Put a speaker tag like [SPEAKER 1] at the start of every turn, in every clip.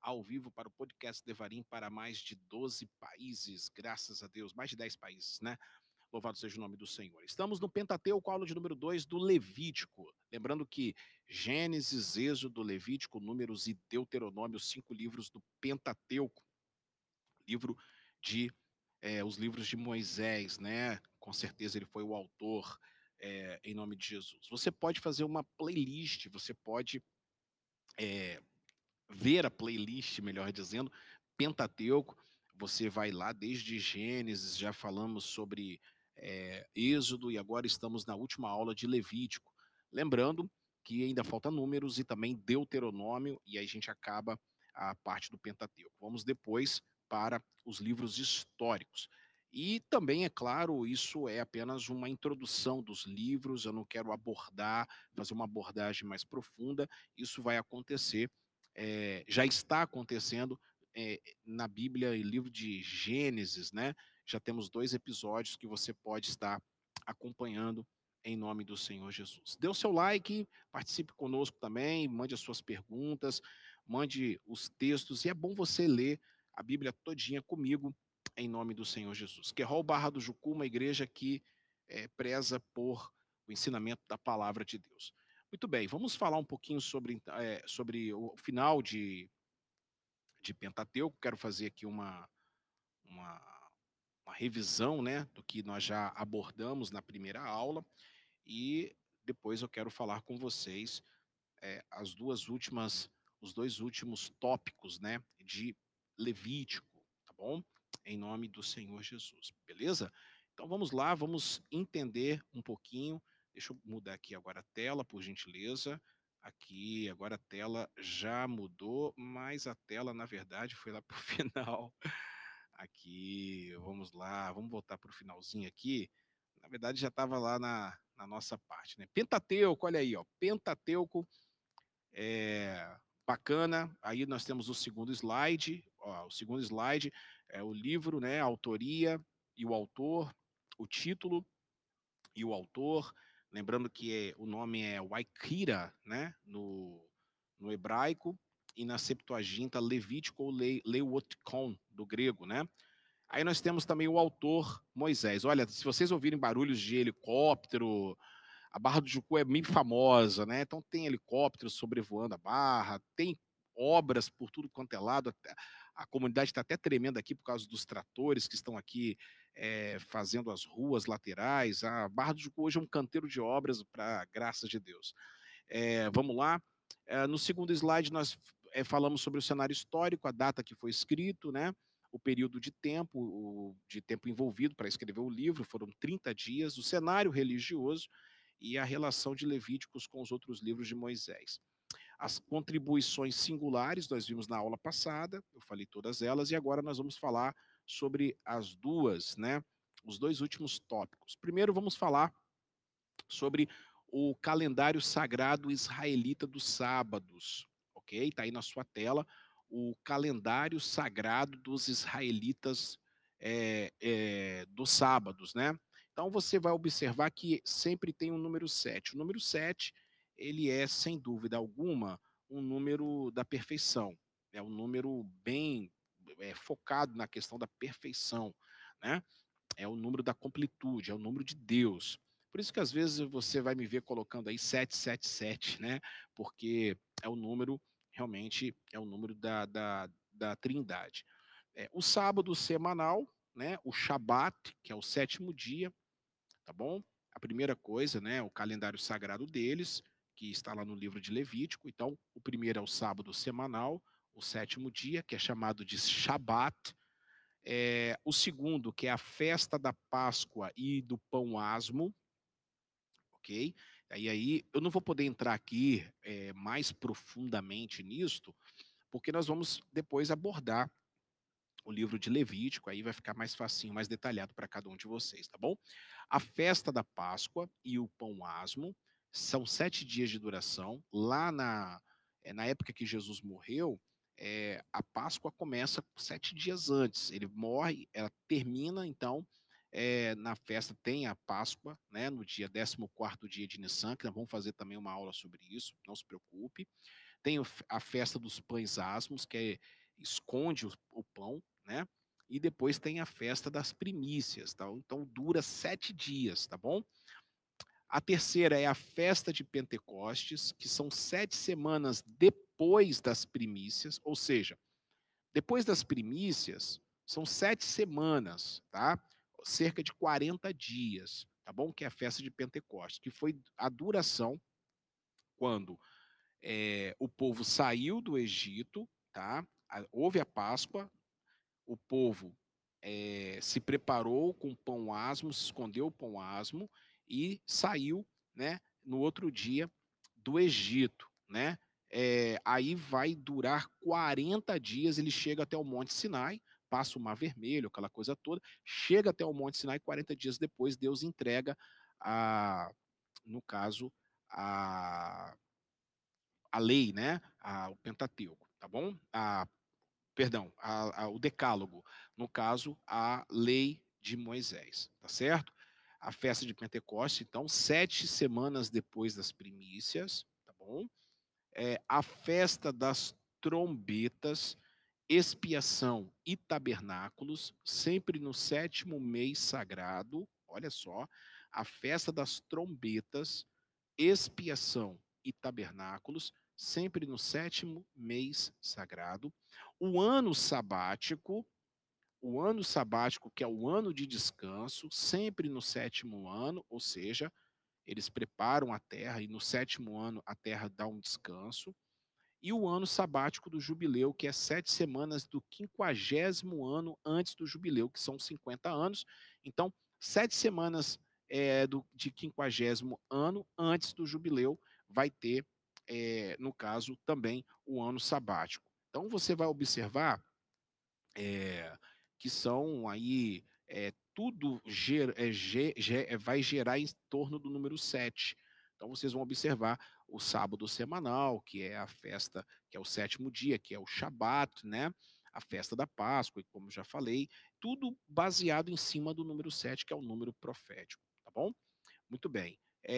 [SPEAKER 1] ao vivo para o podcast Devarim para mais de 12 países, graças a Deus, mais de 10 países, né? Louvado seja o nome do Senhor. Estamos no Pentateuco, aula de número 2 do Levítico. Lembrando que Gênesis, Êxodo, Levítico, Números e Deuteronômio, 5 livros do Pentateuco. Livro de os livros de Moisés, né? Com certeza ele foi o autor, em nome de Jesus. Você pode fazer uma playlist, você pode ver a playlist, melhor dizendo, Pentateuco. Você vai lá desde Gênesis, já falamos sobre Êxodo e agora estamos na última aula de Levítico. Lembrando que ainda falta Números e também Deuteronômio, e aí a gente acaba a parte do Pentateuco. Vamos depois para os livros históricos. E também, é claro, isso é apenas uma introdução dos livros, eu não quero fazer uma abordagem mais profunda, isso vai acontecer, já está acontecendo na Bíblia e livro de Gênesis, né? Já temos 2 episódios que você pode estar acompanhando em nome do Senhor Jesus. Dê o seu like, participe conosco também, mande as suas perguntas, mande os textos, e é bom você ler a Bíblia todinha comigo, em nome do Senhor Jesus. Querol Barra do Jucu, uma igreja que preza por o ensinamento da palavra de Deus. Muito bem, vamos falar um pouquinho sobre o final de Pentateuco. Quero fazer aqui uma, uma revisão, né, do que nós já abordamos na primeira aula, e depois eu quero falar com vocês os 2 últimos tópicos, né, de Levítico, tá bom? Em nome do Senhor Jesus, beleza? Então vamos lá, vamos entender um pouquinho. Deixa eu mudar aqui agora a tela, por gentileza. Aqui, agora a tela já mudou, mas a tela, na verdade, foi lá para o final. Aqui, vamos lá, vamos voltar para o finalzinho aqui. Na verdade, já estava lá na nossa parte, né? Pentateuco, olha aí, ó. Pentateuco, bacana. Aí nós temos o segundo slide. Ó, o segundo slide é o livro, né? A autoria e o autor, o título e o autor. Lembrando que o nome é Waikira, né? No hebraico, e na Septuaginta Levítico ou Leuotikon, do grego, né? Aí nós temos também o autor Moisés. Olha, se vocês ouvirem barulhos de helicóptero, a Barra do Jucu é meio famosa, né? Então tem helicópteros sobrevoando a barra, tem obras por tudo quanto é lado. A comunidade está até tremendo aqui por causa dos tratores que estão aqui fazendo as ruas laterais. A Barra do Jucu hoje é um canteiro de obras, para graça de Deus. Vamos lá. No segundo slide, nós falamos sobre o cenário histórico, a data que foi escrito, né? O período de tempo envolvido para escrever o livro, foram 30 dias, o cenário religioso e a relação de Levíticos com os outros livros de Moisés. As contribuições singulares nós vimos na aula passada, eu falei todas elas, e agora nós vamos falar sobre as duas, né? Os 2 últimos tópicos. Primeiro vamos falar sobre o calendário sagrado israelita dos sábados, ok? Está aí na sua tela o calendário sagrado dos israelitas dos sábados, né? Então você vai observar que sempre tem um número 7. O número 7, ele é, sem dúvida alguma, um número da perfeição. É um número bem focado na questão da perfeição, né? É o número da completude, é o número de Deus. Por isso que às vezes você vai me ver colocando aí 777, né? Porque é o número, realmente, é o número da Trindade. O sábado semanal, né? O Shabat, que é o 7º dia, tá bom? A primeira coisa, né? O calendário sagrado deles, que está lá no livro de Levítico. Então, o primeiro é o sábado semanal, o 7º dia, que é chamado de Shabat. O segundo, que é a festa da Páscoa e do pão asmo, ok? Aí eu não vou poder entrar aqui mais profundamente nisto, porque nós vamos depois abordar o livro de Levítico, aí vai ficar mais facinho, mais detalhado para cada um de vocês, tá bom? A festa da Páscoa e o pão asmo são 7 dias de duração. Lá na época que Jesus morreu, a Páscoa começa 7 dias antes. Ele morre, ela termina, então, na festa tem a Páscoa, né, no dia 14º dia de Nissan, que nós vamos fazer também uma aula sobre isso, não se preocupe. Tem a festa dos pães asmos, que esconde o pão, né? E depois tem a festa das primícias, tá? Então dura 7 dias, tá bom? A terceira é a festa de Pentecostes, que são 7 semanas depois das primícias, ou seja, depois das primícias, são 7 semanas, tá? Cerca de 40 dias, tá bom? Que é a festa de Pentecostes, que foi a duração quando o povo saiu do Egito, tá? Houve a Páscoa, o povo se preparou com pão asmo, se escondeu o pão asmo e saiu, né? No outro dia do Egito, né? Aí vai durar 40 dias, ele chega até o Monte Sinai, passa o Mar Vermelho, aquela coisa toda, chega até o Monte Sinai, 40 dias depois, Deus entrega no caso, a, a lei, né? O Pentateuco, tá bom? Perdão, o Decálogo, no caso, a lei de Moisés, tá certo? A festa de Pentecostes, então, 7 semanas depois das primícias, tá bom? A festa das trombetas, expiação e tabernáculos, sempre no 7º mês sagrado, olha só, a festa das trombetas, expiação e tabernáculos, sempre no 7º mês sagrado, o ano sabático, que é o ano de descanso, sempre no 7º ano, ou seja, eles preparam a terra e no 7º ano a terra dá um descanso, e o ano sabático do jubileu, que é 7 semanas do 50º ano antes do jubileu, que são 50 anos. Então, 7 semanas de 50º ano antes do jubileu vai ter, no caso, também o ano sabático. Então, você vai observar que são aí, tudo vai gerar em torno do número 7. Então, vocês vão observar o sábado semanal, que é a festa, que é o 7º dia, que é o Shabat, né? A festa da Páscoa, e como já falei, tudo baseado em cima do número 7, que é o número profético, tá bom? Muito bem.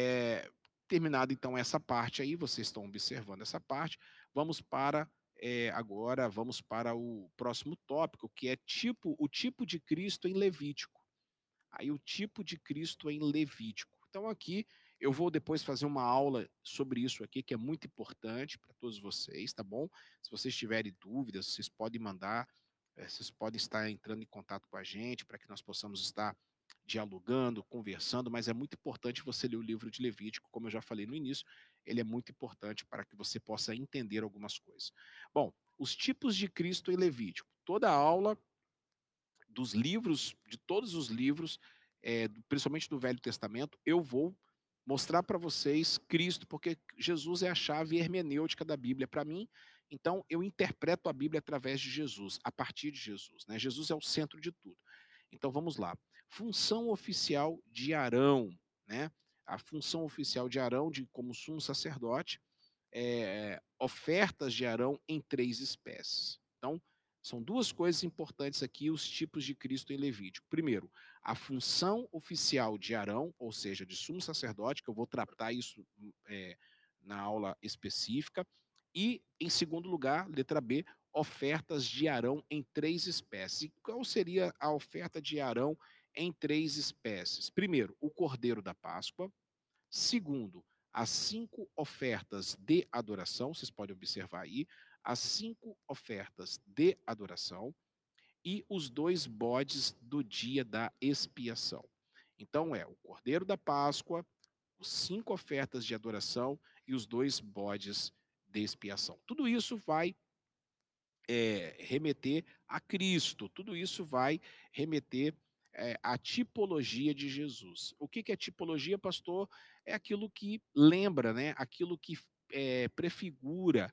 [SPEAKER 1] Terminado então essa parte aí, vocês estão observando essa parte, vamos para agora vamos para o próximo tópico, que é o tipo de Cristo em Levítico. Aí o tipo de Cristo em Levítico. Então aqui eu vou depois fazer uma aula sobre isso aqui, que é muito importante para todos vocês, tá bom? Se vocês tiverem dúvidas, vocês podem mandar, vocês podem estar entrando em contato com a gente para que nós possamos estar dialogando, conversando, mas é muito importante você ler o livro de Levítico, como eu já falei no início, ele é muito importante para que você possa entender algumas coisas. Bom, os tipos de Cristo em Levítico. Toda a aula dos livros, de todos os livros, principalmente do Velho Testamento, eu vou mostrar para vocês Cristo, porque Jesus é a chave hermenêutica da Bíblia para mim. Então, eu interpreto a Bíblia através de Jesus, a partir de Jesus, né? Jesus é o centro de tudo. Então, vamos lá. Função oficial de Arão, né? A função oficial de Arão, como sumo sacerdote, ofertas de Arão em 3 espécies. Então, são duas coisas importantes aqui, os tipos de Cristo em Levítico. Primeiro, a função oficial de Arão, ou seja, de sumo sacerdote, que eu vou tratar isso na aula específica. E, em segundo lugar, letra B, ofertas de Arão em 3 espécies. E qual seria a oferta de Arão em 3 espécies? Primeiro, o cordeiro da Páscoa. Segundo, as 5 ofertas de adoração, vocês podem observar aí, as 5 ofertas de adoração e os 2 bodes do dia da expiação. Então é o cordeiro da Páscoa, as 5 ofertas de adoração e os 2 bodes de expiação. Tudo isso vai remeter a Cristo, tudo isso vai remeter à tipologia de Jesus. O que é tipologia, pastor? É aquilo que lembra, né? Aquilo que prefigura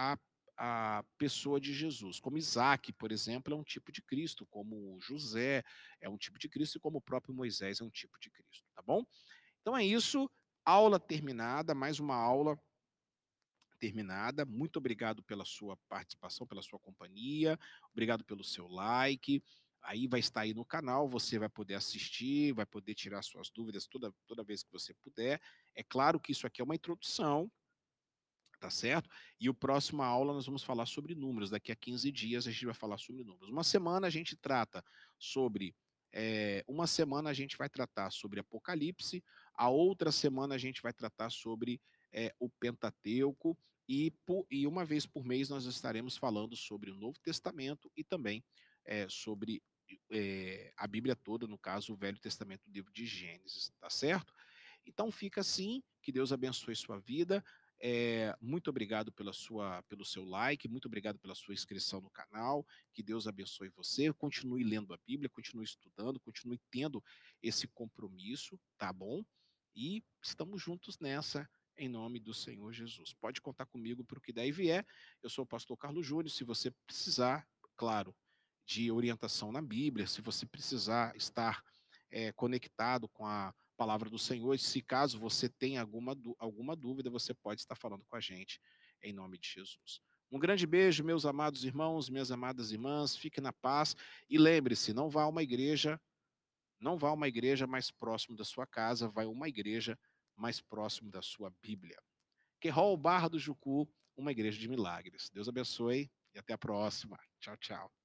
[SPEAKER 1] a pessoa de Jesus. Como Isaac, por exemplo, é um tipo de Cristo, como José é um tipo de Cristo, e como o próprio Moisés é um tipo de Cristo, tá bom? Então é isso, aula terminada, mais uma aula terminada. Muito obrigado pela sua participação, pela sua companhia. Obrigado pelo seu like. Aí vai estar aí no canal, você vai poder assistir, vai poder tirar suas dúvidas toda vez que você puder. É claro que isso aqui é uma introdução, tá certo? E o próxima aula nós vamos falar sobre números. Daqui a 15 dias a gente vai falar sobre números. Uma semana a gente trata sobre uma semana a gente vai tratar sobre Apocalipse, a outra semana a gente vai tratar sobre o Pentateuco e uma vez por mês nós estaremos falando sobre o Novo Testamento e também sobre a Bíblia toda, no caso o Velho Testamento, o livro de Gênesis, tá certo? Então fica assim, que Deus abençoe sua vida. Muito obrigado pelo seu like, muito obrigado pela sua inscrição no canal. Que Deus abençoe você. Continue lendo a Bíblia, continue estudando, continue tendo esse compromisso, tá bom? E estamos juntos nessa, em nome do Senhor Jesus. Pode contar comigo para o que daí vier. Eu sou o pastor Carlos Júnior. Se você precisar, claro, de orientação na Bíblia, se você precisar estar conectado com a palavra do Senhor. Se caso você tenha alguma dúvida, você pode estar falando com a gente em nome de Jesus. Um grande beijo, meus amados irmãos, minhas amadas irmãs. Fique na paz e lembre-se, não vá a uma igreja mais próximo da sua casa, vá a uma igreja mais próximo da sua Bíblia. Querol Barra do Jucu, uma igreja de milagres. Deus abençoe e até a próxima. Tchau, tchau.